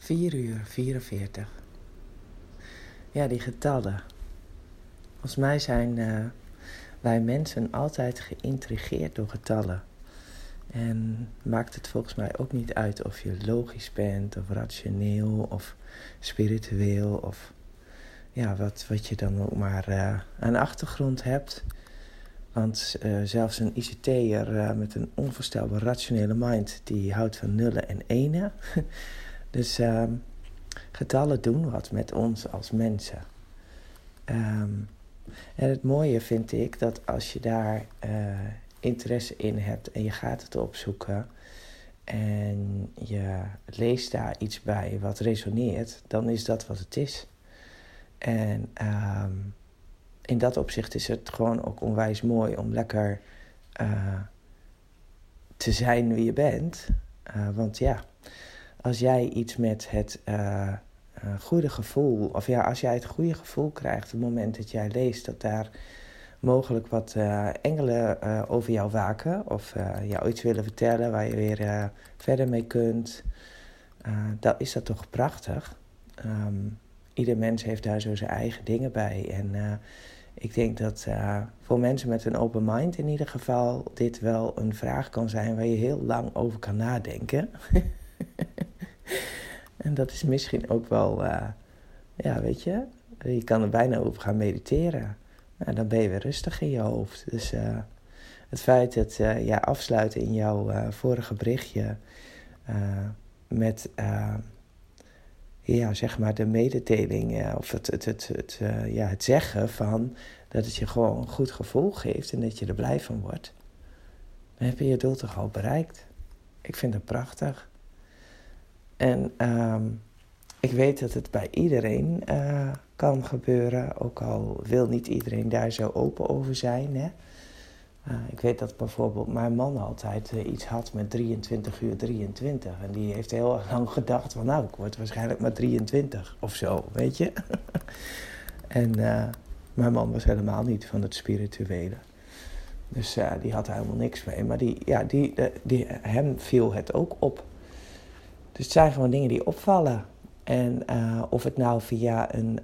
4:44. Ja, die getallen. Volgens mij zijn wij mensen altijd geïntrigeerd door getallen. En maakt het volgens mij ook niet uit of je logisch bent, of rationeel, of spiritueel, of ja, wat je dan ook maar aan achtergrond hebt. Want zelfs een ICT'er met een onvoorstelbaar rationele mind, die houdt van nullen en enen. Dus getallen doen wat met ons als mensen. En het mooie vind ik dat als je daar interesse in hebt en je gaat het opzoeken en je leest daar iets bij wat resoneert, dan is dat wat het is. En in dat opzicht is het gewoon ook onwijs mooi om lekker te zijn wie je bent. Want ja, als jij iets met het goede gevoel, of ja, als jij het goede gevoel krijgt op het moment dat jij leest dat daar mogelijk wat engelen over jou waken, of jou iets willen vertellen waar je weer verder mee kunt, dan is dat toch prachtig. Ieder mens heeft daar zo zijn eigen dingen bij. En ik denk dat voor mensen met een open mind in ieder geval dit wel een vraag kan zijn waar je heel lang over kan nadenken. En dat is misschien ook wel, ja, weet je, je kan er bijna over gaan mediteren. Nou, dan ben je weer rustig in je hoofd. Dus het feit dat jij afsluit in jouw vorige berichtje met ja, zeg maar de mededeling, of het zeggen van dat het je gewoon een goed gevoel geeft en dat je er blij van wordt, dan heb je je doel toch al bereikt. Ik vind het prachtig. En ik weet dat het bij iedereen kan gebeuren, ook al wil niet iedereen daar zo open over zijn. Hè? Ik weet dat bijvoorbeeld mijn man altijd iets had met 23:23. En die heeft heel erg lang gedacht van nou, ik word waarschijnlijk maar 23 of zo, weet je. En mijn man was helemaal niet van het spirituele. Dus die had er helemaal niks mee. Maar hem viel het ook op. Dus het zijn gewoon dingen die opvallen. En of het nou via een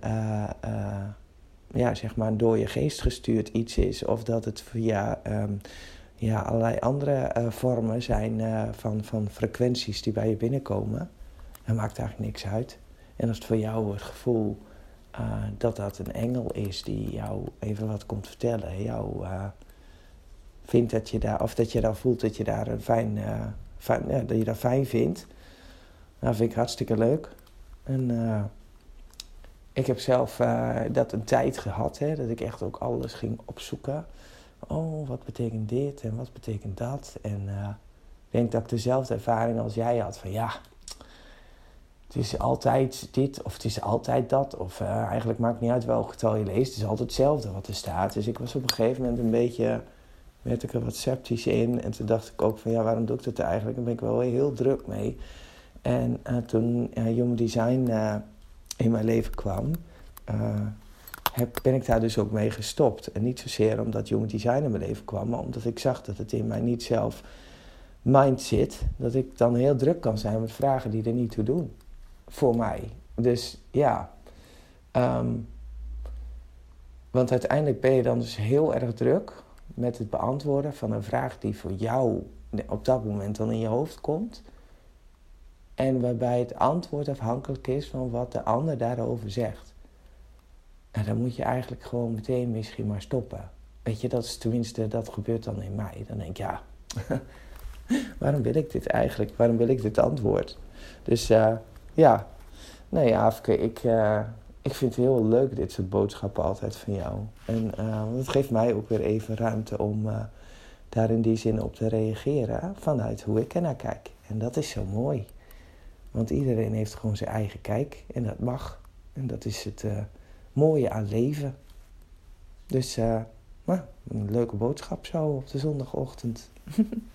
zeg maar door je geest gestuurd iets is, of dat het via allerlei andere vormen zijn van frequenties die bij je binnenkomen, dat maakt eigenlijk niks uit. En als het voor jou het gevoel dat een engel is die jou even wat komt vertellen, jou vindt dat je daar, of dat je daar voelt dat je daar dat je dat fijn vindt, nou, vind ik hartstikke leuk. En ik heb zelf dat een tijd gehad, hè, dat ik echt ook alles ging opzoeken. Oh, wat betekent dit en wat betekent dat? En ik denk dat ik dezelfde ervaring als jij had van ja, het is altijd dit of het is altijd dat. Of eigenlijk maakt het niet uit welk getal je leest, het is altijd hetzelfde wat er staat. Dus ik was op een gegeven moment een beetje, werd ik er wat sceptisch in. En toen dacht ik ook van ja, waarom doe ik dat eigenlijk? Daar ben ik wel heel druk mee. En toen Human Design in mijn leven kwam, ben ik daar dus ook mee gestopt. En niet zozeer omdat Human Design in mijn leven kwam, maar omdat ik zag dat het in mijn niet-zelf mind zit. Dat ik dan heel druk kan zijn met vragen die er niet toe doen. Voor mij. Dus ja. Want uiteindelijk ben je dan dus heel erg druk met het beantwoorden van een vraag die voor jou op dat moment dan in je hoofd komt. En waarbij het antwoord afhankelijk is van wat de ander daarover zegt. En dan moet je eigenlijk gewoon meteen misschien maar stoppen. Weet je, dat is tenminste, dat gebeurt dan in mij. Dan denk ik, ja, waarom wil ik dit eigenlijk? Waarom wil ik dit antwoord? Dus ja, nee Aafke, ik vind het heel leuk dit soort boodschappen altijd van jou. En het geeft mij ook weer even ruimte om daar in die zin op te reageren vanuit hoe ik ernaar kijk. En dat is zo mooi. Want iedereen heeft gewoon zijn eigen kijk en dat mag. En dat is het mooie aan leven. Dus een leuke boodschap zo op de zondagochtend.